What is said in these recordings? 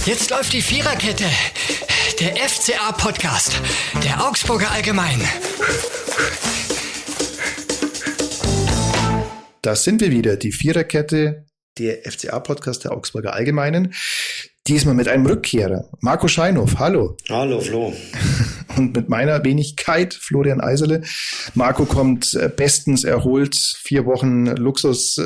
Jetzt läuft die Viererkette. Der FCA-Podcast. Der Augsburger Allgemein. Da sind wir wieder, die Viererkette, der FCA-Podcast der Augsburger Allgemeinen. Diesmal mit einem Rückkehrer. Marco Scheinhoff, hallo. Hallo Flo. Und mit meiner Wenigkeit, Florian Eiserle. Marco kommt bestens erholt, 4 Wochen Luxus,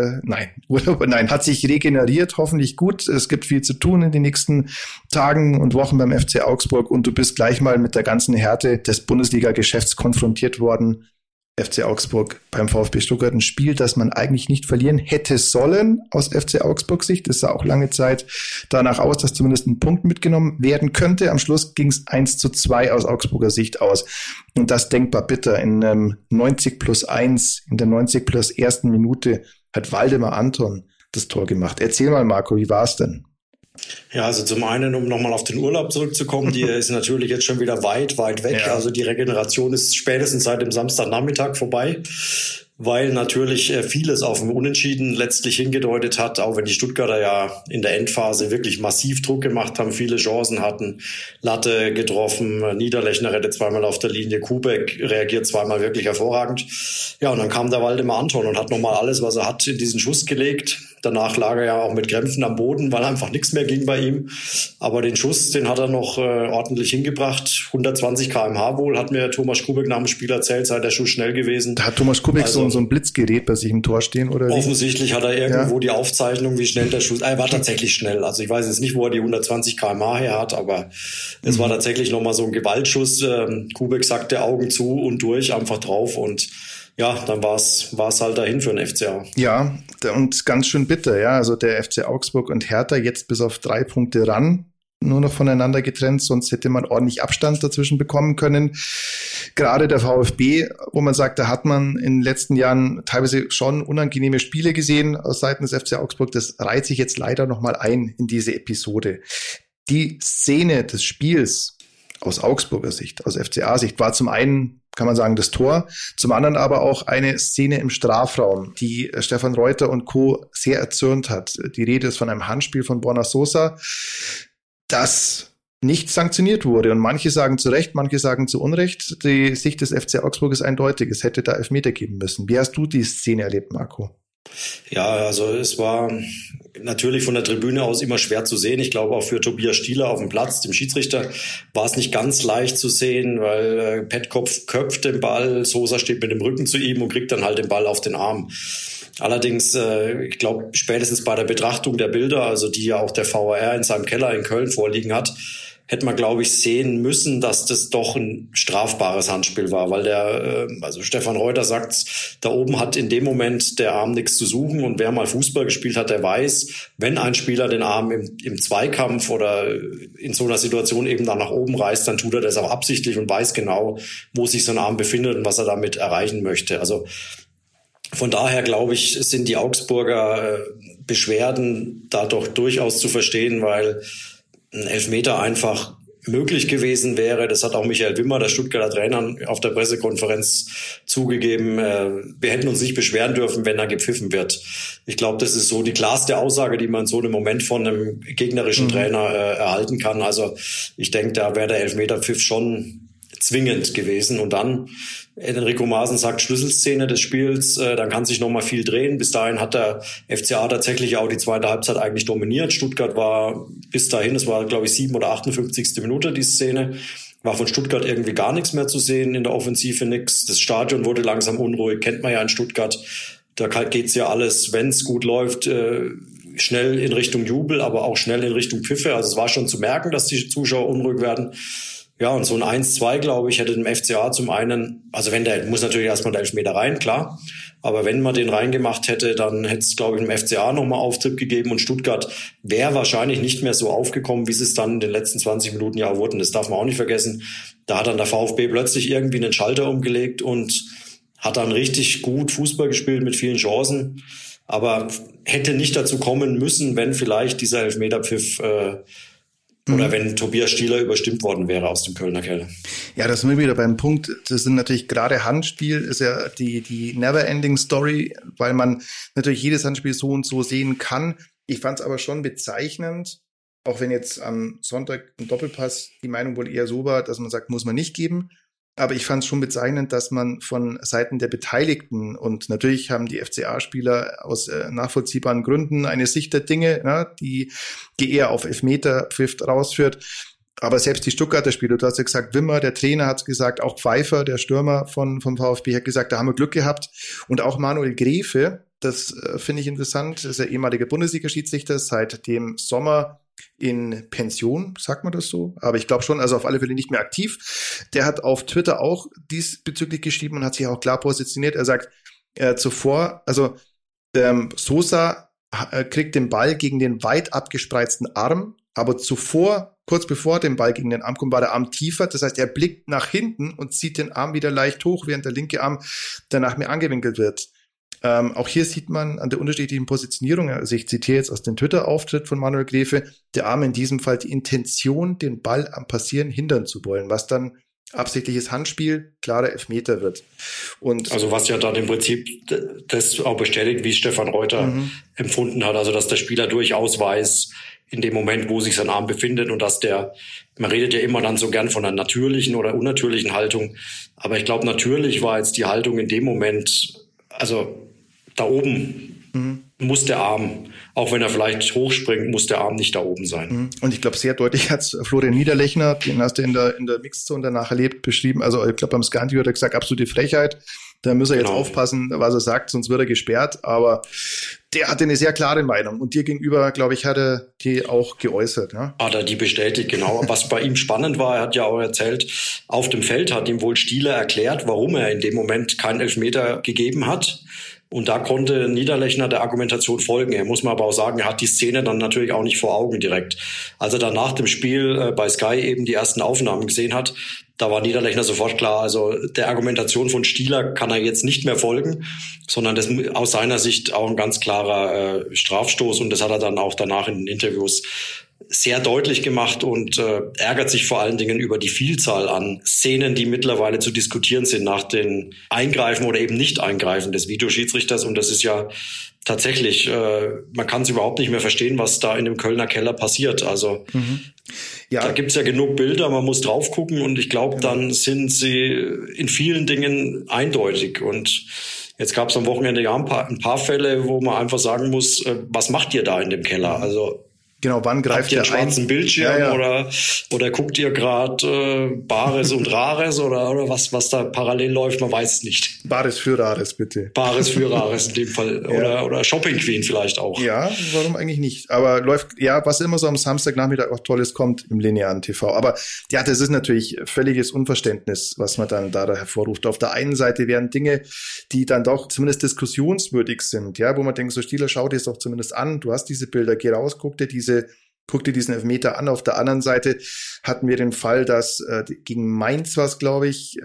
hat sich regeneriert, hoffentlich gut. Es gibt viel zu tun in den nächsten Tagen und Wochen beim FC Augsburg und du bist gleich mal mit der ganzen Härte des Bundesliga-Geschäfts konfrontiert worden. FC Augsburg beim VfB Stuttgart, ein Spiel, das man eigentlich nicht verlieren hätte sollen aus FC Augsburg Sicht. Es sah auch lange Zeit danach aus, dass zumindest ein Punkt mitgenommen werden könnte. Am Schluss ging es 1:2 aus Augsburger Sicht aus. Und das denkbar bitter. In 90+1, in der 90+1. Minute hat Waldemar Anton das Tor gemacht. Erzähl mal, Marco, wie war es denn? Ja, also zum einen, um nochmal auf den Urlaub zurückzukommen, die ist natürlich jetzt schon wieder weit weg. Ja. Also die Regeneration ist spätestens seit dem Samstagnachmittag vorbei, weil natürlich vieles auf dem Unentschieden letztlich hingedeutet hat, auch wenn die Stuttgarter ja in der Endphase wirklich massiv Druck gemacht haben, viele Chancen hatten, Latte getroffen, Niederlechner rettet zweimal auf der Linie, Kubek reagiert zweimal wirklich hervorragend. Ja, und dann kam der Waldemar Anton und hat nochmal alles, was er hat, in diesen Schuss gelegt. Danach lag er ja auch mit Krämpfen am Boden, weil einfach nichts mehr ging bei ihm. Aber den Schuss, den hat er noch ordentlich hingebracht. 120 km/h wohl, hat mir Thomas Kubek nach dem Spiel erzählt, sei der Schuss schnell gewesen. Da hat Thomas Kubek so ein Blitzgerät bei sich im Tor stehen, oder wie? Offensichtlich hat er irgendwo die Aufzeichnung, wie schnell der Schuss... Er war tatsächlich schnell. Also ich weiß jetzt nicht, wo er die 120 km/h her hat, aber es war tatsächlich nochmal so ein Gewaltschuss. Kubek sagte Augen zu und durch, einfach drauf und... Ja, dann war's halt dahin für den FCA. Ja, und ganz schön bitter, ja. Also der FC Augsburg und Hertha jetzt bis auf 3 Punkte ran, nur noch voneinander getrennt, sonst hätte man ordentlich Abstand dazwischen bekommen können. Gerade der VfB, wo man sagt, da hat man in den letzten Jahren teilweise schon unangenehme Spiele gesehen aus Seiten des FC Augsburg. Das reiht sich jetzt leider nochmal ein in diese Episode. Die Szene des Spiels aus Augsburger Sicht, aus FCA-Sicht, war zum einen, kann man sagen, das Tor, zum anderen aber auch eine Szene im Strafraum, die Stefan Reuter und Co. sehr erzürnt hat. Die Rede ist von einem Handspiel von Borna Sosa, das nicht sanktioniert wurde. Und manche sagen zu Recht, manche sagen zu Unrecht. Die Sicht des FC Augsburg ist eindeutig. Es hätte da Elfmeter geben müssen. Wie hast du die Szene erlebt, Marco? Ja, also es war natürlich von der Tribüne aus immer schwer zu sehen. Ich glaube auch für Tobias Stieler auf dem Platz, dem Schiedsrichter, war es nicht ganz leicht zu sehen, weil Pettkopf köpft den Ball, Sosa steht mit dem Rücken zu ihm und kriegt dann halt den Ball auf den Arm. Allerdings, ich glaube, spätestens bei der Betrachtung der Bilder, also die ja auch der VAR in seinem Keller in Köln vorliegen hat, hätte man, glaube ich, sehen müssen, dass das doch ein strafbares Handspiel war, weil also Stefan Reuter sagt, da oben hat in dem Moment der Arm nichts zu suchen und wer mal Fußball gespielt hat, der weiß, wenn ein Spieler den Arm im Zweikampf oder in so einer Situation eben dann nach oben reißt, dann tut er das auch absichtlich und weiß genau, wo sich so ein Arm befindet und was er damit erreichen möchte. Also von daher, glaube ich, sind die Augsburger Beschwerden da doch durchaus zu verstehen, weil ein Elfmeter einfach möglich gewesen wäre. Das hat auch Michael Wimmer, der Stuttgarter Trainer, auf der Pressekonferenz zugegeben. Wir hätten uns nicht beschweren dürfen, wenn er gepfiffen wird. Ich glaube, das ist so die klarste Aussage, die man in so einem Moment von einem gegnerischen Trainer erhalten kann. Also ich denke, da wäre der Elfmeterpfiff schon zwingend gewesen. Und dann, Enrico Maaßen sagt, Schlüsselszene des Spiels, dann kann sich nochmal viel drehen. Bis dahin hat der FCA tatsächlich auch die zweite Halbzeit eigentlich dominiert. Stuttgart war bis dahin, es war glaube ich 7. oder 58. Minute die Szene, war von Stuttgart irgendwie gar nichts mehr zu sehen, in der Offensive nichts. Das Stadion wurde langsam unruhig, kennt man ja in Stuttgart. Da geht's ja alles, wenn es gut läuft, schnell in Richtung Jubel, aber auch schnell in Richtung Pfiffe. Also es war schon zu merken, dass die Zuschauer unruhig werden. Ja, und so ein 1:2, glaube ich, hätte dem FCA zum einen, also muss natürlich erstmal der Elfmeter rein, klar. Aber wenn man den reingemacht hätte, dann hätte es, glaube ich, dem FCA nochmal Auftrieb gegeben und Stuttgart wäre wahrscheinlich nicht mehr so aufgekommen, wie sie es dann in den letzten 20 Minuten ja wurden. Das darf man auch nicht vergessen. Da hat dann der VfB plötzlich irgendwie einen Schalter umgelegt und hat dann richtig gut Fußball gespielt mit vielen Chancen. Aber hätte nicht dazu kommen müssen, wenn vielleicht dieser Elfmeterpfiff oder wenn Tobias Stieler überstimmt worden wäre aus dem Kölner Keller. Ja, das sind wir wieder beim Punkt. Das sind natürlich gerade Handspiel, ist ja die never-ending Story, weil man natürlich jedes Handspiel so und so sehen kann. Ich fand es aber schon bezeichnend, auch wenn jetzt am Sonntag im Doppelpass die Meinung wohl eher so war, dass man sagt, muss man nicht geben. Aber ich fand es schon bezeichnend, dass man von Seiten der Beteiligten, und natürlich haben die FCA-Spieler aus nachvollziehbaren Gründen eine Sicht der Dinge, die eher auf Elfmeter Pfiff rausführt. Aber selbst die Stuttgarter Spieler, du hast ja gesagt, Wimmer, der Trainer, hat es gesagt, auch Pfeiffer, der Stürmer vom VfB, hat gesagt, da haben wir Glück gehabt. Und auch Manuel Gräfe, das finde ich interessant, ist ja ehemaliger Bundesliga-Schiedsrichter, seit dem Sommer in Pension, sagt man das so? Aber ich glaube schon, also auf alle Fälle nicht mehr aktiv. Der hat auf Twitter auch diesbezüglich geschrieben und hat sich auch klar positioniert. Er sagt zuvor, also Sosa kriegt den Ball gegen den weit abgespreizten Arm, aber zuvor, kurz bevor dem Ball gegen den Arm kommt, war der Arm tiefer. Das heißt, er blickt nach hinten und zieht den Arm wieder leicht hoch, während der linke Arm danach mehr angewinkelt wird. Auch hier sieht man an der unterschiedlichen Positionierung, also ich zitiere jetzt aus dem Twitter-Auftritt von Manuel Gräfe, der Arm in diesem Fall die Intention, den Ball am Passieren hindern zu wollen, was dann absichtliches Handspiel, klarer Elfmeter wird. Und also was ja dann im Prinzip das auch bestätigt, wie Stefan Reuter empfunden hat, also dass der Spieler durchaus weiß, in dem Moment, wo sich sein Arm befindet und dass man redet ja immer dann so gern von einer natürlichen oder unnatürlichen Haltung, aber ich glaube, natürlich war jetzt die Haltung in dem Moment, also da oben muss der Arm, auch wenn er vielleicht hochspringt, muss der Arm nicht da oben sein. Und ich glaube, sehr deutlich hat Florian Niederlechner, den hast du in der Mixzone danach erlebt, beschrieben. Also ich glaube, beim Scanty hat er gesagt, absolute Frechheit. Da muss er jetzt aufpassen, was er sagt, sonst wird er gesperrt. Aber der hatte eine sehr klare Meinung. Und dir gegenüber, glaube ich, hat er die auch geäußert. Ne? Hat er die bestätigt, genau. Was bei ihm spannend war, er hat ja auch erzählt, auf dem Feld hat ihm wohl Stieler erklärt, warum er in dem Moment keinen Elfmeter gegeben hat. Und da konnte Niederlechner der Argumentation folgen. Er muss mal aber auch sagen, er hat die Szene dann natürlich auch nicht vor Augen direkt. Als er dann nach dem Spiel bei Sky eben die ersten Aufnahmen gesehen hat, da war Niederlechner sofort klar, also der Argumentation von Stieler kann er jetzt nicht mehr folgen, sondern das aus seiner Sicht auch ein ganz klarer Strafstoß. Und das hat er dann auch danach in den Interviews sehr deutlich gemacht und ärgert sich vor allen Dingen über die Vielzahl an Szenen, die mittlerweile zu diskutieren sind nach den Eingreifen oder eben Nicht-Eingreifen des Videoschiedsrichters. Und das ist ja tatsächlich, man kann es überhaupt nicht mehr verstehen, was da in dem Kölner Keller passiert. Also da gibt's ja genug Bilder, man muss drauf gucken und ich glaube, dann sind sie in vielen Dingen eindeutig. Und jetzt gab es am Wochenende ja ein paar Fälle, wo man einfach sagen muss, was macht ihr da in dem Keller? Also genau, wann greift ihr einen schwarzen Bildschirm oder guckt ihr gerade Bares und Rares oder was da parallel läuft, man weiß es nicht. Bares für Rares, bitte. Bares für Rares in dem Fall oder Shopping Queen vielleicht auch. Ja, warum eigentlich nicht? Aber läuft, was immer so am Samstagnachmittag auch Tolles kommt im linearen TV. Aber das ist natürlich völliges Unverständnis, was man dann da hervorruft. Auf der einen Seite wären Dinge, die dann doch zumindest diskussionswürdig sind, wo man denkt, so Stieler, schau dir es doch zumindest an, du hast diese Bilder, geh raus, guck dir diesen Elfmeter an. Auf der anderen Seite hatten wir den Fall, dass gegen Mainz war es, glaube ich,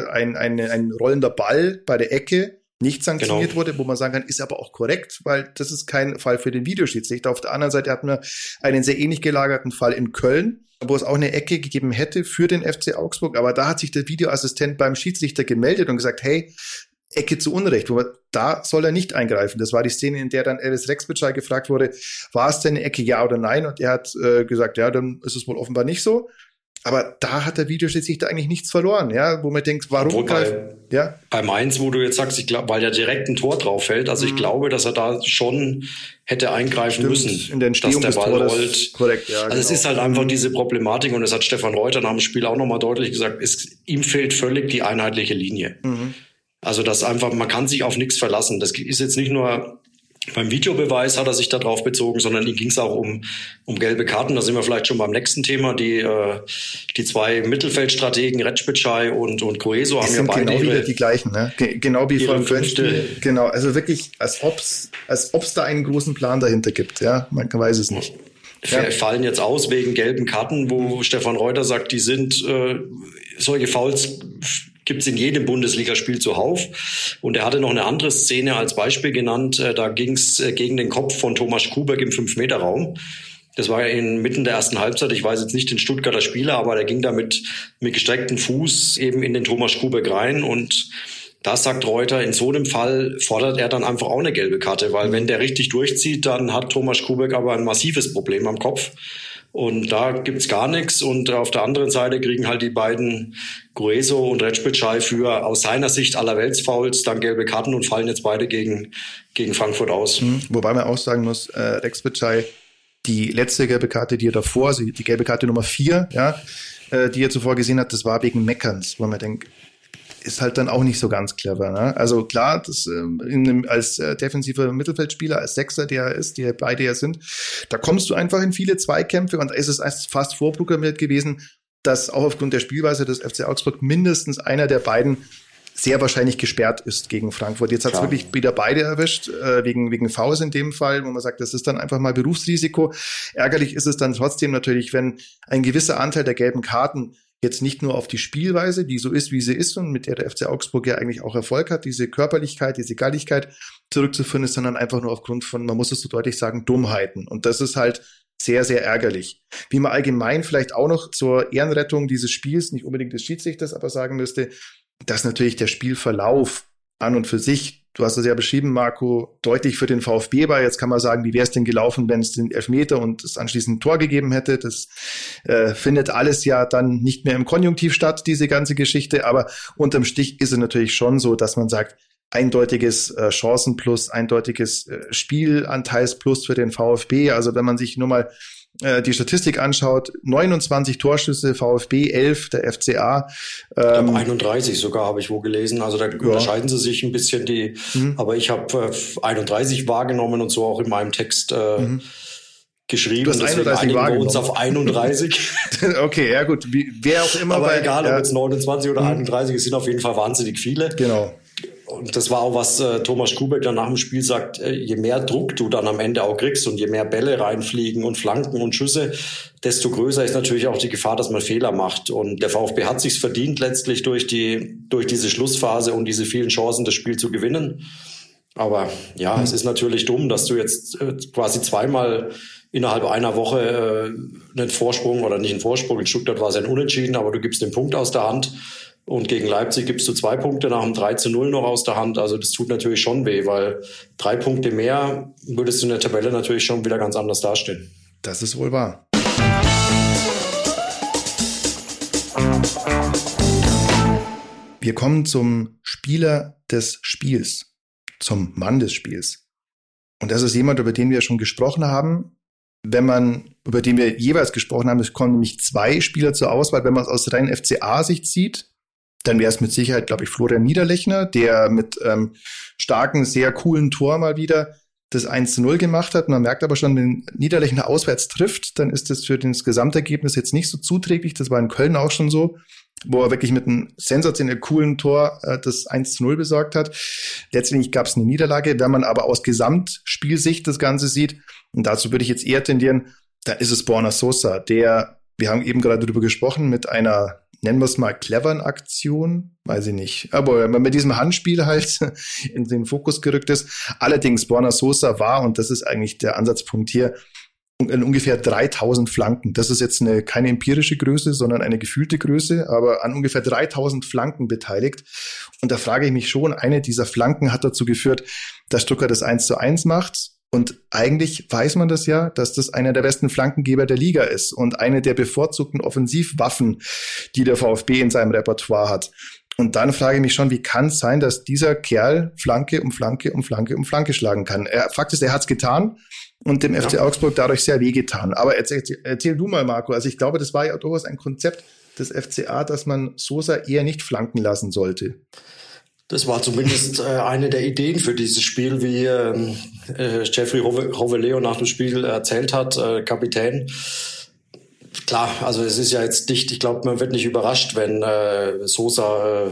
ein rollender Ball bei der Ecke nicht sanktioniert wurde, wo man sagen kann, ist aber auch korrekt, weil das ist kein Fall für den Videoschiedsrichter. Auf der anderen Seite hatten wir einen sehr ähnlich gelagerten Fall in Köln, wo es auch eine Ecke gegeben hätte für den FC Augsburg, aber da hat sich der Videoassistent beim Schiedsrichter gemeldet und gesagt, hey, Ecke zu Unrecht, da soll er nicht eingreifen. Das war die Szene, in der dann Elvis Rexbitschei gefragt wurde, war es denn eine Ecke, ja oder nein? Und er hat gesagt, ja, dann ist es wohl offenbar nicht so. Aber da hat der Videoschiedsrichter eigentlich nichts verloren, wo man denkt, warum bei Mainz, wo du jetzt sagst, ich glaube, weil ja direkt ein Tor drauf fällt, also ich glaube, dass er da schon hätte eingreifen müssen, in der Entstehung dass der Ball rollt. Korrekt, also es ist halt einfach diese Problematik und das hat Stefan Reuter nach dem Spiel auch nochmal deutlich gesagt, ihm fehlt völlig die einheitliche Linie. Also das einfach, man kann sich auf nichts verlassen. Das ist jetzt nicht nur beim Videobeweis hat er sich darauf bezogen, sondern ihm ging es auch um gelbe Karten. Da sind wir vielleicht schon beim nächsten Thema. Die zwei Mittelfeldstrategen, Retschbitschei und Coeso, haben ja beide genau wieder die gleichen, ne? Genau wie vor dem Spiel. Genau, also wirklich, als ob's da einen großen Plan dahinter gibt. Ja, man weiß es nicht. Fallen jetzt aus wegen gelben Karten, wo Stefan Reuter sagt, die sind solche Fouls gibt es in jedem Bundesligaspiel zuhauf. Und er hatte noch eine andere Szene als Beispiel genannt. Da ging es gegen den Kopf von Thomas Kubeck im 5-Meter-Raum. Das war ja inmitten der ersten Halbzeit. Ich weiß jetzt nicht den Stuttgarter Spieler, aber der ging da mit gestrecktem Fuß eben in den Thomas Kubeck rein. Und da sagt Reuter, in so einem Fall fordert er dann einfach auch eine gelbe Karte. Weil wenn der richtig durchzieht, dann hat Thomas Kubeck aber ein massives Problem am Kopf. Und da gibt's gar nichts. Und auf der anderen Seite kriegen halt die beiden Gruezo und Recpicai für aus seiner Sicht Allerweltsfouls dann gelbe Karten und fallen jetzt beide gegen Frankfurt aus. Wobei man auch sagen muss, Recpicai, die letzte gelbe Karte, die er davor, also die gelbe Karte Nummer 4, ja, die er zuvor gesehen hat, das war wegen Meckerns, wo man denkt, ist halt dann auch nicht so ganz clever. Ne? Also klar, das, als defensiver Mittelfeldspieler, als Sechser, der er ist, die beide ja sind, da kommst du einfach in viele Zweikämpfe und da ist es fast vorprogrammiert gewesen, dass auch aufgrund der Spielweise des FC Augsburg mindestens einer der beiden sehr wahrscheinlich gesperrt ist gegen Frankfurt. Jetzt hat es wirklich wieder beide erwischt, wegen Fouls in dem Fall, wo man sagt, das ist dann einfach mal Berufsrisiko. Ärgerlich ist es dann trotzdem natürlich, wenn ein gewisser Anteil der gelben Karten jetzt nicht nur auf die Spielweise, die so ist, wie sie ist und mit der FC Augsburg ja eigentlich auch Erfolg hat, diese Körperlichkeit, diese Galligkeit zurückzuführen ist, sondern einfach nur aufgrund von, man muss es so deutlich sagen, Dummheiten. Und das ist halt sehr, sehr ärgerlich. Wie man allgemein vielleicht auch noch zur Ehrenrettung dieses Spiels, nicht unbedingt des Schiedsrichters, aber sagen müsste, dass natürlich der Spielverlauf an und für sich, du hast es ja beschrieben, Marco, deutlich für den VfB war. Jetzt kann man sagen, wie wäre es denn gelaufen, wenn es den Elfmeter und das anschließend ein Tor gegeben hätte. Das findet alles ja dann nicht mehr im Konjunktiv statt, diese ganze Geschichte. Aber unterm Strich ist es natürlich schon so, dass man sagt, eindeutiges Chancenplus, eindeutiges Spielanteilsplus für den VfB. Also wenn man sich nur mal die Statistik anschaut, 29 Torschüsse, VfB 11, der FCA. Ich glaube 31 sogar, habe ich wo gelesen. Also da unterscheiden sie sich ein bisschen aber ich habe 31 wahrgenommen und so auch in meinem Text geschrieben. Du hast 31 wahrgenommen. Wir uns auf 31. Okay, ja gut, wer auch immer. Aber egal, ob jetzt 29 oder 31, es sind auf jeden Fall wahnsinnig viele. Genau. Und das war auch, was Thomas Schubeck dann nach dem Spiel sagt, je mehr Druck du dann am Ende auch kriegst und je mehr Bälle reinfliegen und Flanken und Schüsse, desto größer ist natürlich auch die Gefahr, dass man Fehler macht. Und der VfB hat sich's verdient, letztlich durch diese Schlussphase und diese vielen Chancen, das Spiel zu gewinnen. Aber ja, es ist natürlich dumm, dass du jetzt quasi zweimal innerhalb einer Woche einen Vorsprung oder nicht einen Vorsprung, in Stuttgart war es ein Unentschieden, aber du gibst den Punkt aus der Hand. Und gegen Leipzig gibst du 2 Punkte nach dem 3:0 noch aus der Hand. Also das tut natürlich schon weh, weil 3 Punkte mehr würdest du in der Tabelle natürlich schon wieder ganz anders dastehen. Das ist wohl wahr. Wir kommen zum Spieler des Spiels, zum Mann des Spiels. Und das ist jemand, über den wir schon gesprochen haben. Über den wir jeweils gesprochen haben, es kommen nämlich 2 Spieler zur Auswahl. Wenn man es aus rein FCA-Sicht sieht, dann wäre es mit Sicherheit, glaube ich, Florian Niederlechner, der mit starken, sehr coolen Tor mal wieder das 1:0 gemacht hat. Man merkt aber schon, wenn Niederlechner auswärts trifft, dann ist das für das Gesamtergebnis jetzt nicht so zuträglich. Das war in Köln auch schon so, wo er wirklich mit einem sensationell coolen Tor das 1:0 besorgt hat. Letztendlich gab es eine Niederlage. Wenn man aber aus Gesamtspielsicht das Ganze sieht, und dazu würde ich jetzt eher tendieren, da ist es Borna Sosa, der, wir haben eben gerade darüber gesprochen, mit einer, nennen wir es mal, cleveren Aktion, weiß ich nicht, aber mit diesem Handspiel halt in den Fokus gerückt ist. Allerdings, Borna Sosa war, und das ist eigentlich der Ansatzpunkt hier, in ungefähr 3000 Flanken. Das ist jetzt keine empirische Größe, sondern eine gefühlte Größe, aber an ungefähr 3000 Flanken beteiligt. Und da frage ich mich schon, eine dieser Flanken hat dazu geführt, dass Stuttgart das 1:1 macht. Und eigentlich weiß man das ja, dass das einer der besten Flankengeber der Liga ist und eine der bevorzugten Offensivwaffen, die der VfB in seinem Repertoire hat. Und dann frage ich mich schon, wie kann es sein, dass dieser Kerl Flanke um Flanke um Flanke um Flanke schlagen kann? Fakt ist, er hat es getan und dem FC Augsburg dadurch sehr wehgetan. Aber erzähl du mal, Marco. Also ich glaube, das war ja durchaus ein Konzept des FCA, dass man Sosa eher nicht flanken lassen sollte. Das war zumindest eine der Ideen für dieses Spiel, wie Jeffrey Roveleo nach dem Spiel erzählt hat, Kapitän. Klar, also es ist ja jetzt nicht, ich glaube, man wird nicht überrascht, wenn Sosa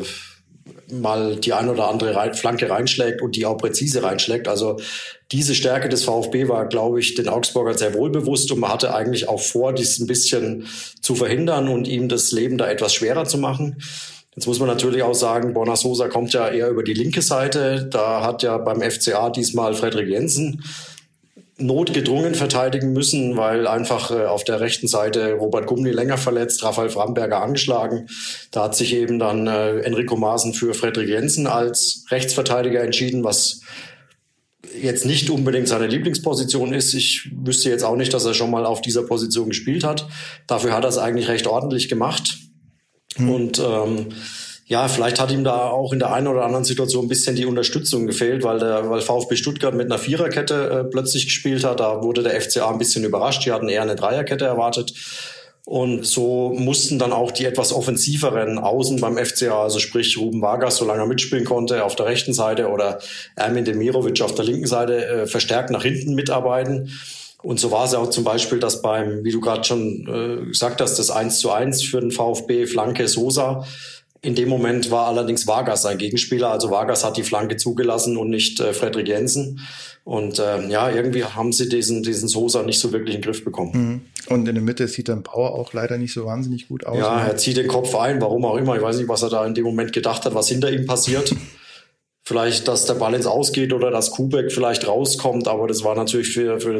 mal die ein oder andere Flanke reinschlägt und die auch präzise reinschlägt. Also diese Stärke des VfB war, glaube ich, den Augsburgern sehr wohl bewusst und man hatte eigentlich auch vor, dies ein bisschen zu verhindern und ihm das Leben da etwas schwerer zu machen. Jetzt muss man natürlich auch sagen, Borna Sosa kommt ja eher über die linke Seite. Da hat ja beim FCA diesmal Frederik Jensen notgedrungen verteidigen müssen, weil einfach auf der rechten Seite Robert Gumni länger verletzt, Raphael Framberger angeschlagen. Da hat sich eben dann Enrico Maaßen für Frederik Jensen als Rechtsverteidiger entschieden, was jetzt nicht unbedingt seine Lieblingsposition ist. Ich wüsste jetzt auch nicht, dass er schon mal auf dieser Position gespielt hat. Dafür hat er es eigentlich recht ordentlich gemacht. Und vielleicht hat ihm da auch in der einen oder anderen Situation ein bisschen die Unterstützung gefehlt, weil VfB Stuttgart mit einer Viererkette plötzlich gespielt hat. Da wurde der FCA ein bisschen überrascht. Die hatten eher eine Dreierkette erwartet. Und so mussten dann auch die etwas offensiveren Außen beim FCA, also sprich Ruben Vargas, solange er mitspielen konnte, auf der rechten Seite oder Ermin Demirovic auf der linken Seite verstärkt nach hinten mitarbeiten. Und so war es ja auch zum Beispiel, dass wie du gerade schon gesagt hast, das 1:1 für den VfB, Flanke Sosa. In dem Moment war allerdings Vargas sein Gegenspieler. Also Vargas hat die Flanke zugelassen und nicht Frederik Jensen. Und irgendwie haben sie diesen Sosa nicht so wirklich in den Griff bekommen. Und in der Mitte sieht dann Bauer auch leider nicht so wahnsinnig gut aus. Ja, er zieht den Kopf ein, warum auch immer. Ich weiß nicht, was er da in dem Moment gedacht hat, was hinter ihm passiert. Vielleicht, dass der Ball ins Aus geht oder dass Kubek vielleicht rauskommt. Aber das war natürlich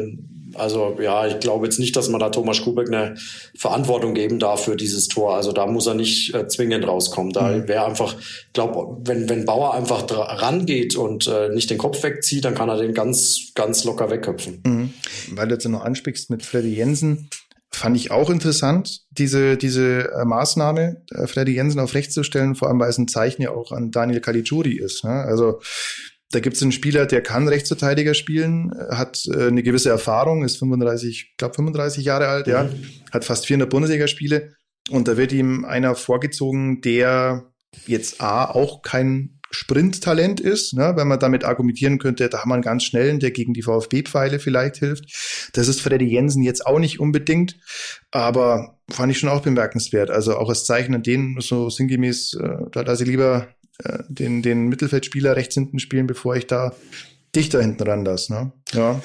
ich glaube jetzt nicht, dass man da Thomas Kubek eine Verantwortung geben darf für dieses Tor. Also da muss er nicht zwingend rauskommen. Da wäre einfach, ich glaube, wenn Bauer einfach rangeht und nicht den Kopf wegzieht, dann kann er den ganz, ganz locker wegköpfen. Weil du jetzt noch ansprichst mit Freddy Jensen, fand ich auch interessant, diese Maßnahme, Freddy Jensen auf rechts zu stellen, vor allem weil es ein Zeichen ja auch an Daniel Caligiuri ist. Ne? Also da gibt es einen Spieler, der kann Rechtsverteidiger spielen, hat eine gewisse Erfahrung, ist 35 Jahre alt, hat fast 400 Bundesligaspiele und da wird ihm einer vorgezogen, der jetzt auch kein Sprinttalent ist, ne, wenn man damit argumentieren könnte, da haben wir einen ganz schnellen, der gegen die VfB-Pfeile vielleicht hilft. Das ist Freddy Jensen jetzt auch nicht unbedingt, aber fand ich schon auch bemerkenswert. Also auch als Zeichen an denen, so sinngemäß, da lasse ich lieber den Mittelfeldspieler rechts hinten spielen, bevor ich da dichter hinten ran lasse. Ne? Ja,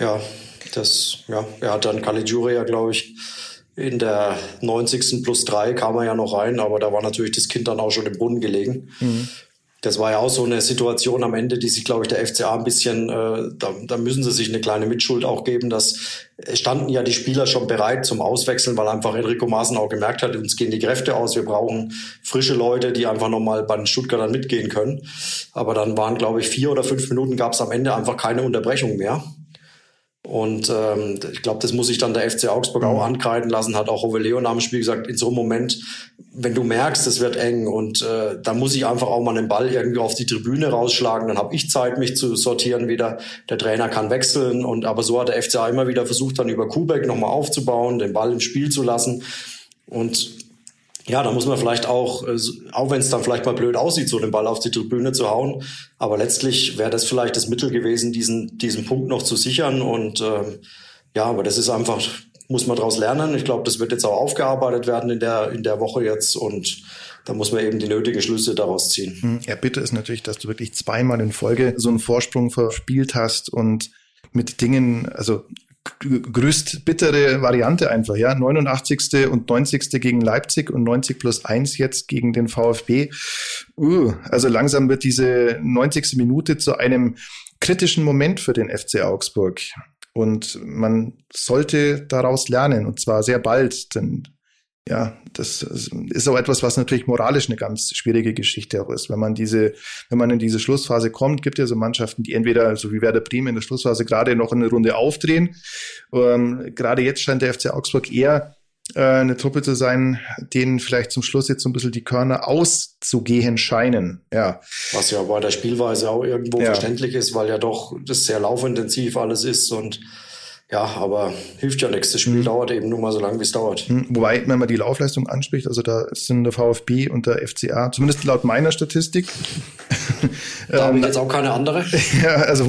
er hat dann Caligiuri ja, glaube ich, in der 90. +3 kam er ja noch rein, aber da war natürlich das Kind dann auch schon im Brunnen gelegen. Das war ja auch so eine Situation am Ende, die sich, glaube ich, der FCA ein bisschen, da müssen sie sich eine kleine Mitschuld auch geben, dass standen ja die Spieler schon bereit zum Auswechseln, weil einfach Enrico Maaßen auch gemerkt hat, uns gehen die Kräfte aus, wir brauchen frische Leute, die einfach nochmal bei den Stuttgartern mitgehen können. Aber dann waren, glaube ich, 4 oder 5 Minuten gab es am Ende einfach keine Unterbrechung mehr. Und ich glaube, das muss sich dann der FC Augsburg auch ankreiden lassen, hat auch Hoveleo nach dem Spiel gesagt, in so einem Moment, wenn du merkst, es wird eng und da muss ich einfach auch mal den Ball irgendwie auf die Tribüne rausschlagen, dann habe ich Zeit, mich zu sortieren wieder, der Trainer kann wechseln, aber so hat der FCA immer wieder versucht, dann über Kubek nochmal aufzubauen, den Ball im Spiel zu lassen und ja, da muss man vielleicht auch wenn es dann vielleicht mal blöd aussieht, so den Ball auf die Tribüne zu hauen. Aber letztlich wäre das vielleicht das Mittel gewesen, diesen Punkt noch zu sichern. Und aber das ist einfach, muss man daraus lernen. Ich glaube, das wird jetzt auch aufgearbeitet werden in der Woche jetzt. Und da muss man eben die nötigen Schlüsse daraus ziehen. Ja, bitte ist natürlich, dass du wirklich zweimal in Folge so einen Vorsprung verspielt hast und mit Dingen, also größt bittere Variante einfach, 89. und 90. gegen Leipzig und 90+1 jetzt gegen den VfB. Also langsam wird diese 90. Minute zu einem kritischen Moment für den FC Augsburg. Und man sollte daraus lernen, und zwar sehr bald, denn das ist auch etwas, was natürlich moralisch eine ganz schwierige Geschichte auch ist. Wenn man in diese Schlussphase kommt, gibt ja so Mannschaften, die entweder, so wie Werder Bremen in der Schlussphase, gerade noch eine Runde aufdrehen. Gerade jetzt scheint der FC Augsburg eher eine Truppe zu sein, denen vielleicht zum Schluss jetzt so ein bisschen die Körner auszugehen scheinen. Ja. Was ja bei der Spielweise auch irgendwo verständlich ist, weil ja doch das sehr laufintensiv alles ist und aber hilft ja nichts. Das Spiel dauert eben nur mal so lange, wie es dauert. Wobei, wenn man die Laufleistung anspricht, also da sind der VfB und der FCA, zumindest laut meiner Statistik. Da habe ich jetzt auch keine andere. Ja, also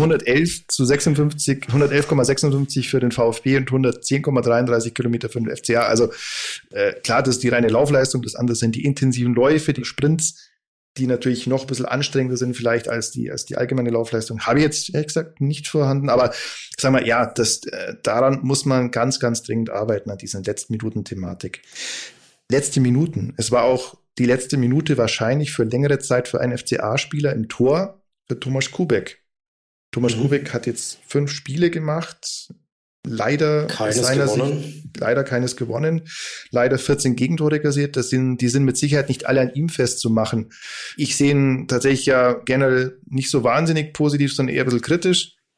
111,56 für den VfB und 110,33 Kilometer für den FCA. Also klar, das ist die reine Laufleistung, das andere sind die intensiven Läufe, die Sprints, die natürlich noch ein bisschen anstrengender sind vielleicht als die allgemeine Laufleistung. Habe ich jetzt ehrlich gesagt nicht vorhanden, aber sagen wir, daran muss man ganz, ganz dringend arbeiten, an dieser letzten Minuten-Thematik. Letzte Minuten. Es war auch die letzte Minute wahrscheinlich für längere Zeit für einen FCA-Spieler im Tor, für Thomas Kubek. Thomas Kubek hat jetzt 5 Spiele gemacht, leider keines gewonnen, leider 14 Gegentore kassiert. Die sind mit Sicherheit nicht alle an ihm festzumachen. Ich sehe ihn tatsächlich ja generell nicht so wahnsinnig positiv, sondern eher ein bisschen kritisch.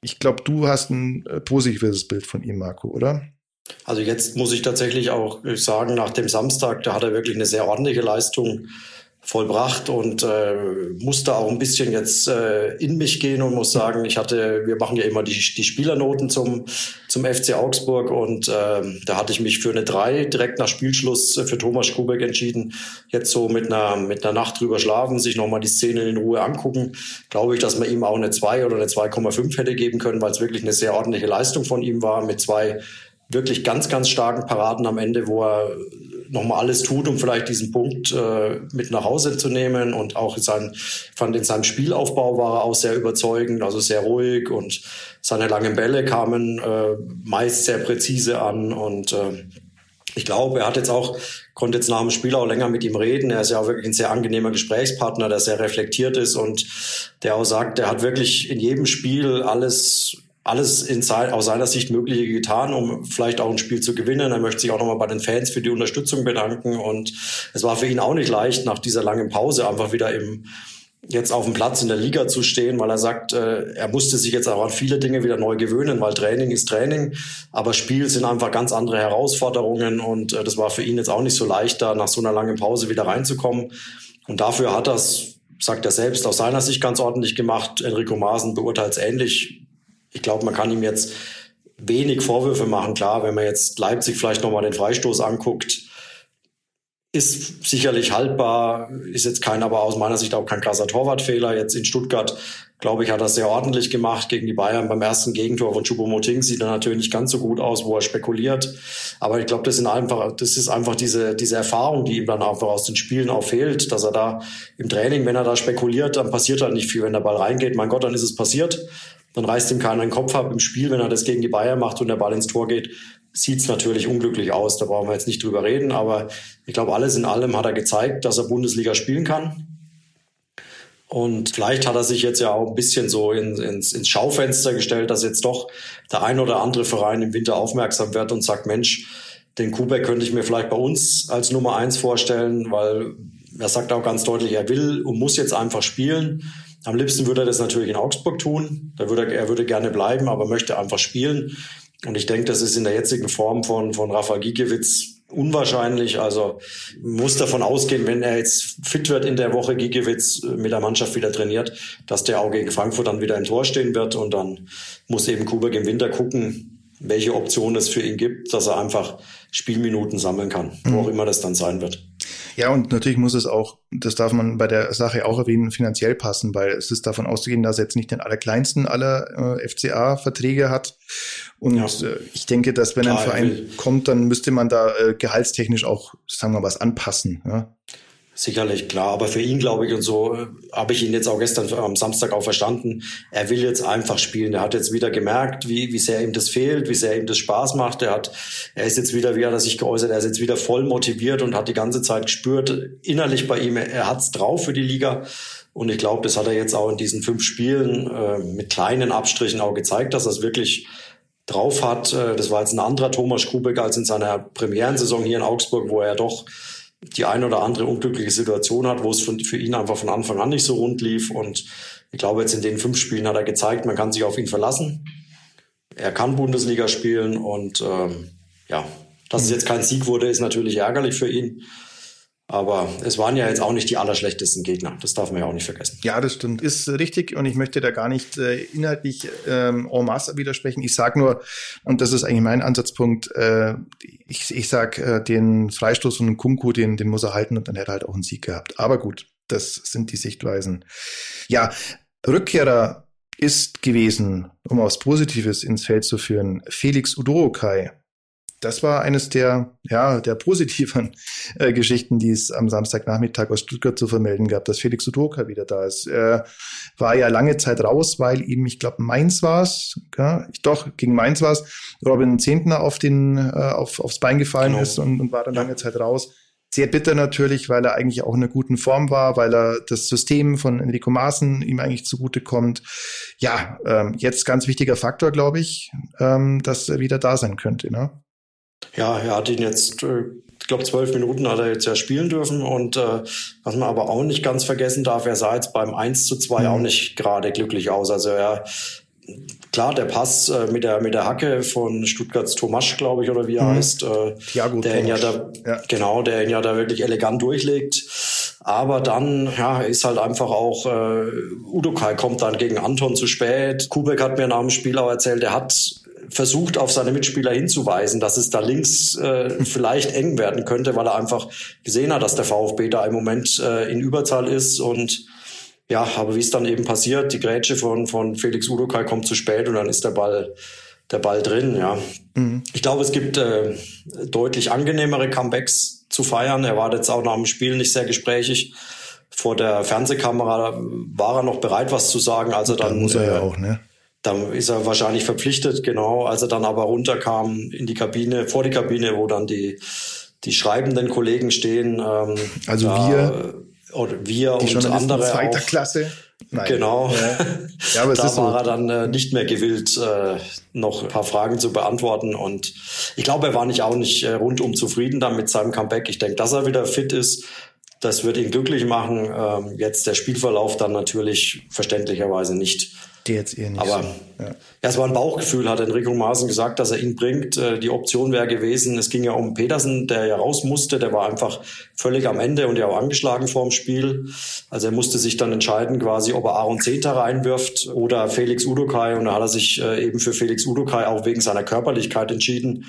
Ich glaube, du hast ein positives Bild von ihm, Marco, oder? Also jetzt muss ich tatsächlich auch sagen, nach dem Samstag, da hat er wirklich eine sehr ordentliche Leistung vollbracht und musste auch ein bisschen jetzt in mich gehen und muss sagen, wir machen ja immer die Spielernoten zum FC Augsburg und da hatte ich mich für eine 3 direkt nach Spielschluss für Thomas Kubek entschieden. Jetzt so mit einer Nacht drüber schlafen, sich nochmal die Szene in Ruhe angucken, glaube ich, dass man ihm auch eine 2 oder eine 2,5 hätte geben können, weil es wirklich eine sehr ordentliche Leistung von ihm war mit 2 wirklich ganz, ganz starken Paraden am Ende, wo er nochmal alles tut, um vielleicht diesen Punkt mit nach Hause zu nehmen. Und auch in seinem Spielaufbau war er auch sehr überzeugend, also sehr ruhig. Und seine langen Bälle kamen meist sehr präzise an. Und ich glaube, konnte jetzt nach dem Spiel auch länger mit ihm reden. Er ist ja auch wirklich ein sehr angenehmer Gesprächspartner, der sehr reflektiert ist und der auch sagt, er hat wirklich in jedem Spiel alles aus seiner Sicht Mögliche getan, um vielleicht auch ein Spiel zu gewinnen. Er möchte sich auch nochmal bei den Fans für die Unterstützung bedanken. Und es war für ihn auch nicht leicht, nach dieser langen Pause einfach wieder jetzt auf dem Platz in der Liga zu stehen, weil er sagt, er musste sich jetzt auch an viele Dinge wieder neu gewöhnen, weil Training ist Training, aber Spiel sind einfach ganz andere Herausforderungen und das war für ihn jetzt auch nicht so leicht, da nach so einer langen Pause wieder reinzukommen. Und dafür hat das, sagt er selbst, aus seiner Sicht ganz ordentlich gemacht. Enrico Maaßen beurteilt es ähnlich. Ich glaube, man kann ihm jetzt wenig Vorwürfe machen. Klar, wenn man jetzt Leipzig vielleicht nochmal den Freistoß anguckt, ist sicherlich haltbar, ist jetzt aber aus meiner Sicht auch kein krasser Torwartfehler. Jetzt in Stuttgart, glaube ich, hat er sehr ordentlich gemacht gegen die Bayern. Beim ersten Gegentor von Choupo-Moting sieht er natürlich nicht ganz so gut aus, wo er spekuliert. Aber ich glaube, das ist einfach diese Erfahrung, die ihm dann einfach aus den Spielen auch fehlt, dass er da im Training, wenn er da spekuliert, dann passiert halt nicht viel, wenn der Ball reingeht. Mein Gott, dann ist es passiert. Dann reißt ihm keiner den Kopf ab im Spiel, wenn er das gegen die Bayern macht und der Ball ins Tor geht, sieht's natürlich unglücklich aus. Da brauchen wir jetzt nicht drüber reden. Aber ich glaube, alles in allem hat er gezeigt, dass er Bundesliga spielen kann. Und vielleicht hat er sich jetzt ja auch ein bisschen so ins Schaufenster gestellt, dass jetzt doch der ein oder andere Verein im Winter aufmerksam wird und sagt, Mensch, den Kubek könnte ich mir vielleicht bei uns als Nummer 1 vorstellen, weil er sagt auch ganz deutlich, er will und muss jetzt einfach spielen. Am liebsten würde er das natürlich in Augsburg tun. Er würde gerne bleiben, aber möchte einfach spielen. Und ich denke, das ist in der jetzigen Form von Rafa Gikiewicz unwahrscheinlich. Also muss davon ausgehen, wenn er jetzt fit wird in der Woche, Gikiewicz mit der Mannschaft wieder trainiert, dass der auch gegen Frankfurt dann wieder im Tor stehen wird. Und dann muss eben Kubek im Winter gucken, welche Option es für ihn gibt, dass er einfach Spielminuten sammeln kann, wo auch immer das dann sein wird. Ja, und natürlich muss es auch, das darf man bei der Sache auch erwähnen, finanziell passen, weil es ist davon auszugehen, dass er jetzt nicht den allerkleinsten aller FCA-Verträge hat. Und ja, ich denke, dass wenn ein Verein kommt, dann müsste man da gehaltstechnisch auch, sagen wir mal, was anpassen. Ja. Sicherlich, klar. Aber für ihn, glaube ich, und so habe ich ihn jetzt auch gestern am Samstag auch verstanden, er will jetzt einfach spielen. Er hat jetzt wieder gemerkt, wie sehr ihm das fehlt, wie sehr ihm das Spaß macht. Er ist jetzt wieder, wie hat er sich geäußert, er ist jetzt wieder voll motiviert und hat die ganze Zeit gespürt, innerlich bei ihm, er hat's drauf für die Liga. Und ich glaube, das hat er jetzt auch in diesen 5 Spielen mit kleinen Abstrichen auch gezeigt, dass er es wirklich drauf hat. Das war jetzt ein anderer Thomas Kubek als in seiner Premierensaison hier in Augsburg, wo er doch die ein oder andere unglückliche Situation hat, wo es für ihn einfach von Anfang an nicht so rund lief. Und ich glaube, jetzt in den 5 Spielen hat er gezeigt, man kann sich auf ihn verlassen. Er kann Bundesliga spielen und dass es jetzt kein Sieg wurde, ist natürlich ärgerlich für ihn. Aber es waren ja jetzt auch nicht die allerschlechtesten Gegner. Das darf man ja auch nicht vergessen. Ja, das stimmt. Ist richtig und ich möchte da gar nicht inhaltlich en masse widersprechen. Ich sage nur, und das ist eigentlich mein Ansatzpunkt, ich sage, den Freistoß von Nkunku, den muss er halten und dann hätte er halt auch einen Sieg gehabt. Aber gut, das sind die Sichtweisen. Ja, Rückkehrer ist gewesen, um aufs Positives ins Feld zu führen, Felix Udokai. Das war eines der positiven Geschichten, die es am Samstagnachmittag aus Stuttgart zu vermelden gab, dass Felix Udokai wieder da ist. Er war ja lange Zeit raus, weil ihm, ich glaube, Mainz war es, gegen Mainz war es, Robin Zehntner aufs Bein gefallen ist und war dann lange Zeit raus. Sehr bitter natürlich, weil er eigentlich auch in einer guten Form war, weil er das System von Enrico Maaßen ihm eigentlich zugutekommt. Ja, jetzt ganz wichtiger Faktor, glaube ich, dass er wieder da sein könnte, ne? Ja, er hat ihn jetzt, ich glaube 12 Minuten hat er jetzt ja spielen dürfen und was man aber auch nicht ganz vergessen darf, er sah jetzt beim 1:2 auch nicht gerade glücklich aus. Also er klar, der Pass mit der Hacke von Stuttgarts Tomasch, glaube ich, oder wie er heißt, Thiago der ihn ja da wirklich elegant durchlegt. Aber dann ist halt einfach auch Udokai kommt dann gegen Anton zu spät. Kubek hat mir nach dem Spiel auch erzählt, er hat versucht, auf seine Mitspieler hinzuweisen, dass es da links vielleicht eng werden könnte, weil er einfach gesehen hat, dass der VfB da im Moment in Überzahl ist. Und ja, aber wie es dann eben passiert, die Grätsche von Felix Udokai kommt zu spät und dann ist der Ball drin. Ja, Ich glaube, es gibt deutlich angenehmere Comebacks zu feiern. Er war jetzt auch nach dem Spiel nicht sehr gesprächig. Vor der Fernsehkamera war er noch bereit, was zu sagen. Also dann muss er ja auch, ne? Dann ist er wahrscheinlich verpflichtet, genau. Als er dann aber runterkam in die Kabine, vor die Kabine, wo dann die schreibenden Kollegen stehen. Also wir und andere zweiter auch. Klasse. Nein. Genau. Ja, aber da war er dann nicht mehr gewillt, noch ein paar Fragen zu beantworten. Und ich glaube, er war auch nicht rundum zufrieden dann mit seinem Comeback. Ich denke, dass er wieder fit ist. Das wird ihn glücklich machen. Jetzt der Spielverlauf dann natürlich verständlicherweise nicht. Der jetzt eher nicht. Aber es war ein Bauchgefühl, hat Enrico Maaßen gesagt, dass er ihn bringt. Die Option wäre gewesen, es ging ja um Petersen, der ja raus musste. Der war einfach völlig am Ende und ja auch angeschlagen vor dem Spiel. Also er musste sich dann entscheiden, quasi, ob er Aaron Zehnter reinwirft oder Felix Udokai. Und da hat er sich eben für Felix Udokai auch wegen seiner Körperlichkeit entschieden,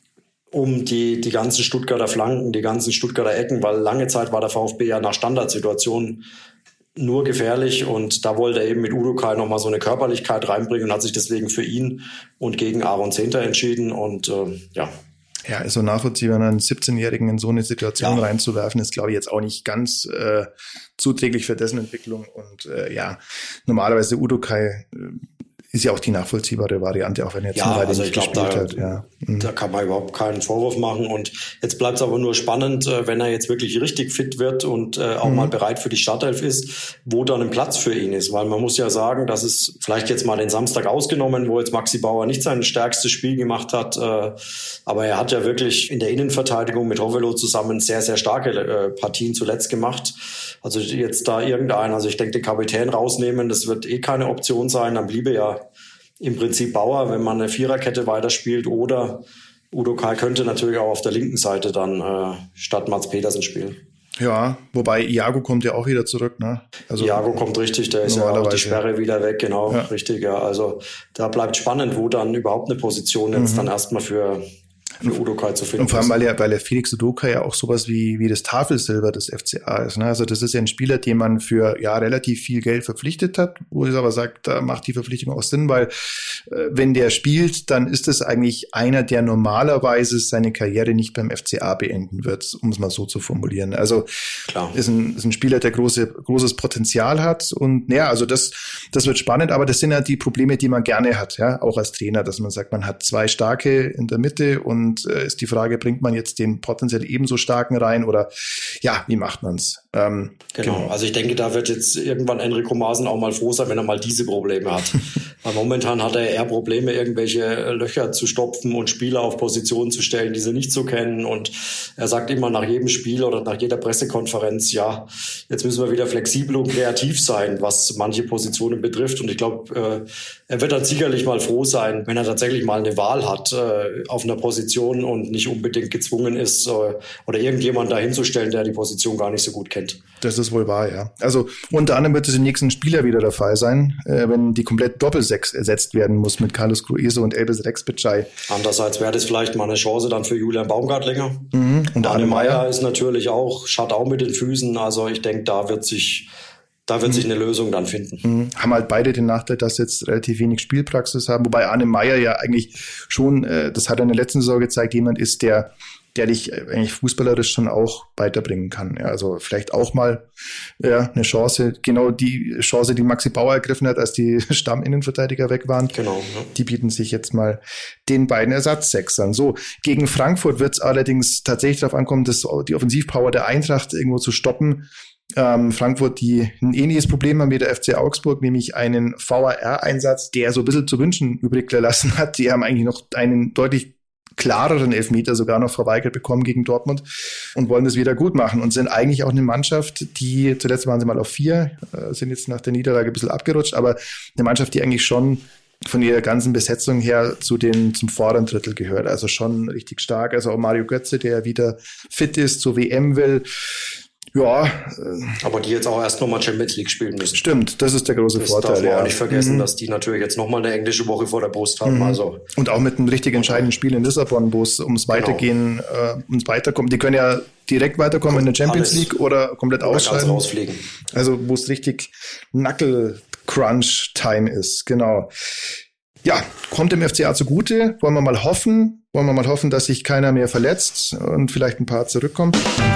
um die ganzen Stuttgarter Flanken, die ganzen Stuttgarter Ecken, weil lange Zeit war der VfB ja nach Standardsituationen nur gefährlich und da wollte er eben mit Udokai nochmal so eine Körperlichkeit reinbringen und hat sich deswegen für ihn und gegen Aaron Zehnter entschieden und Ja, ist so nachvollziehbar, einen 17-Jährigen in so eine Situation reinzuwerfen, ist, glaube ich, jetzt auch nicht ganz zuträglich für dessen Entwicklung und normalerweise Udokai ist ja auch die nachvollziehbare Variante, auch wenn er jetzt eine Weile nicht gespielt hat. Ja. Da kann man überhaupt keinen Vorwurf machen. Und jetzt bleibt es aber nur spannend, wenn er jetzt wirklich richtig fit wird und auch mal bereit für die Startelf ist, wo dann ein Platz für ihn ist. Weil man muss ja sagen, dass es vielleicht jetzt mal den Samstag ausgenommen, wo jetzt Maxi Bauer nicht sein stärkstes Spiel gemacht hat. Aber er hat ja wirklich in der Innenverteidigung mit Hovelo zusammen sehr, sehr starke Partien zuletzt gemacht. Also jetzt da also ich denke, den Kapitän rausnehmen, das wird keine Option sein. Dann bliebe ja im Prinzip Bauer, wenn man eine Viererkette weiterspielt, oder Udokai könnte natürlich auch auf der linken Seite dann statt Mats Petersen spielen. Ja, wobei Iago kommt ja auch wieder zurück, ne? Also Iago kommt richtig, der ist ja auch die Sperre wieder weg, genau, richtig, ja. Also da bleibt spannend, wo dann überhaupt eine Position jetzt dann erstmal für Udokai zu finden. Und vor allem, weil er Felix Udokai ja auch sowas wie das Tafelsilber des FCA ist. Ne? Also das ist ja ein Spieler, den man für relativ viel Geld verpflichtet hat, wo ich aber sage, da macht die Verpflichtung auch Sinn, weil wenn der spielt, dann ist es eigentlich einer, der normalerweise seine Karriere nicht beim FCA beenden wird, um es mal so zu formulieren. Also ist ein Spieler, der großes Potenzial hat und also das wird spannend, aber das sind ja die Probleme, die man gerne hat, ja, auch als Trainer, dass man sagt, man hat zwei Starke in der Mitte und ist die Frage, bringt man jetzt den potenziell ebenso starken rein oder wie macht man's? Genau, also ich denke, da wird jetzt irgendwann Enrico Maaßen auch mal froh sein, wenn er mal diese Probleme hat. Weil momentan hat er eher Probleme, irgendwelche Löcher zu stopfen und Spieler auf Positionen zu stellen, die sie nicht so kennen. Und er sagt immer nach jedem Spiel oder nach jeder Pressekonferenz, jetzt müssen wir wieder flexibel und kreativ sein, was manche Positionen betrifft. Und ich glaube, er wird dann sicherlich mal froh sein, wenn er tatsächlich mal eine Wahl hat auf einer Position und nicht unbedingt gezwungen ist, oder irgendjemand da hinzustellen, der die Position gar nicht so gut kennt. Das ist wohl wahr, ja. Also unter anderem wird es im nächsten Spieler wieder der Fall sein, wenn die komplett Doppelsechs ersetzt werden muss mit Carlos Grueso und Elvis Rexbitschei. Andererseits wäre das vielleicht mal eine Chance dann für Julian Baumgartlinger. Und Arne Meyer ist natürlich schaut auch mit den Füßen. Also ich denke, da wird sich eine Lösung dann finden. Haben halt beide den Nachteil, dass sie jetzt relativ wenig Spielpraxis haben, wobei Arne Meyer ja eigentlich schon, das hat er in der letzten Saison gezeigt, jemand ist, der dich eigentlich fußballerisch schon auch weiterbringen kann. Ja, also vielleicht auch mal eine Chance, genau die Chance, die Maxi Bauer ergriffen hat, als die Stamminnenverteidiger weg waren. Genau. Ja. Die bieten sich jetzt mal den beiden Ersatzsechsern. So, gegen Frankfurt wird es allerdings tatsächlich darauf ankommen, die Offensivpower der Eintracht irgendwo zu stoppen. Frankfurt, die ein ähnliches Problem haben wie der FC Augsburg, nämlich einen VAR-Einsatz, der so ein bisschen zu wünschen übrig gelassen hat. Die haben eigentlich noch einen deutlich klareren Elfmeter sogar noch verweigert bekommen gegen Dortmund und wollen das wieder gut machen und sind eigentlich auch eine Mannschaft, die, zuletzt waren sie mal auf 4, sind jetzt nach der Niederlage ein bisschen abgerutscht, aber eine Mannschaft, die eigentlich schon von ihrer ganzen Besetzung her zum vorderen Drittel gehört. Also schon richtig stark. Also auch Mario Götze, der wieder fit ist, zur WM will. Ja. Aber die jetzt auch erst nochmal Champions League spielen müssen. Stimmt, das ist der große Vorteil. Das darf man auch nicht vergessen, dass die natürlich jetzt nochmal eine englische Woche vor der Brust haben. Also. Und auch mit einem richtig entscheidenden Spiel in Lissabon, wo es ums Weitergehen, ums Weiterkommen. Die können ja direkt weiterkommen in der Champions League oder komplett ausscheiden. Ganz rausfliegen. Also wo es richtig Knuckle-Crunch-Time ist, genau. Ja, kommt dem FCA zugute. Wollen wir mal hoffen, dass sich keiner mehr verletzt und vielleicht ein paar zurückkommen.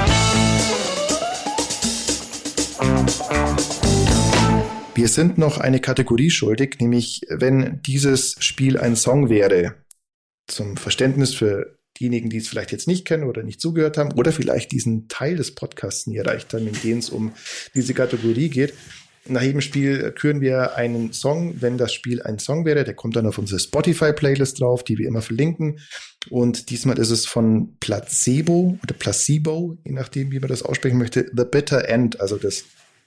Wir sind noch eine Kategorie schuldig, nämlich wenn dieses Spiel ein Song wäre. Zum Verständnis für diejenigen, die es vielleicht jetzt nicht kennen oder nicht zugehört haben oder vielleicht diesen Teil des Podcasts nie erreicht haben, in dem es um diese Kategorie geht. Nach jedem Spiel küren wir einen Song, wenn das Spiel ein Song wäre. Der kommt dann auf unsere Spotify-Playlist drauf, die wir immer verlinken. Und diesmal ist es von Placebo, je nachdem, wie man das aussprechen möchte, The Bitter End, also das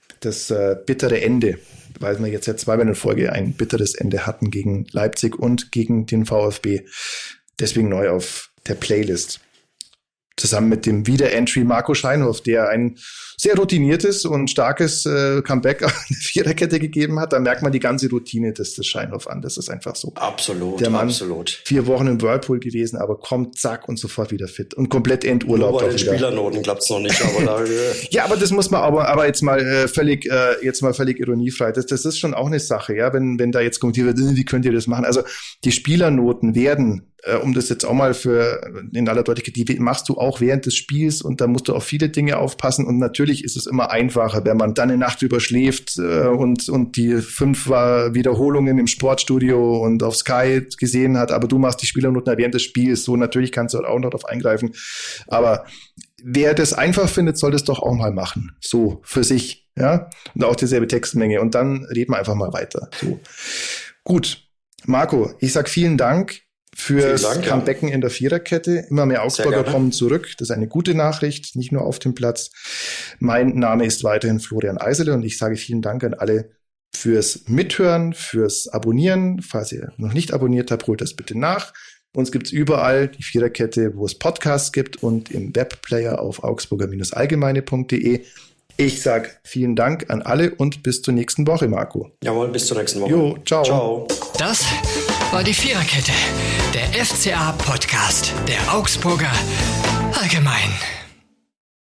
bittere Ende, weil wir jetzt ja zweimal in Folge ein bitteres Ende hatten gegen Leipzig und gegen den VfB. Deswegen neu auf der Playlist. Zusammen mit dem Wiederentry Marco Scheinhoff, der ein sehr routiniertes und starkes Comeback auf eine Viererkette gegeben hat. Da merkt man die ganze Routine des Scheinhoff an. Das ist einfach so. Absolut, der Mann, absolut. 4 Wochen im Whirlpool gewesen, aber kommt, zack, und sofort wieder fit. Und komplett Endurlaub. Nur bei den Spielernoten klappt's noch nicht. Aber da, ja, aber das muss man aber jetzt mal völlig ironiefrei. Das ist schon auch eine Sache, ja, wenn da jetzt kommentiert wird, wie könnt ihr das machen? Also die Spielernoten werden, um das jetzt auch mal in aller Deutlichkeit, die machst du auch während des Spiels und da musst du auf viele Dinge aufpassen und natürlich ist es immer einfacher, wenn man dann eine Nacht überschläft und die 5 Wiederholungen im Sportstudio und auf Sky gesehen hat, aber du machst die Spielernoten während des Spiels, so natürlich kannst du auch noch darauf eingreifen, aber wer das einfach findet, soll das doch auch mal machen, so für sich, ja, und auch dieselbe Textmenge und dann reden wir einfach mal weiter. So. Gut, Marco, ich sag vielen Dank fürs Comebacken in der Viererkette. Immer mehr Augsburger kommen zurück. Das ist eine gute Nachricht, nicht nur auf dem Platz. Mein Name ist weiterhin Florian Eisele und ich sage vielen Dank an alle fürs Mithören, fürs Abonnieren. Falls ihr noch nicht abonniert habt, holt das bitte nach. Uns gibt's überall, die Viererkette, wo es Podcasts gibt und im Webplayer auf augsburger-allgemeine.de. Ich sage vielen Dank an alle und bis zur nächsten Woche, Marco. Jawohl, bis zur nächsten Woche. Jo, ciao. Ciao. Das war die Viererkette, der FCA-Podcast der Augsburger Allgemein.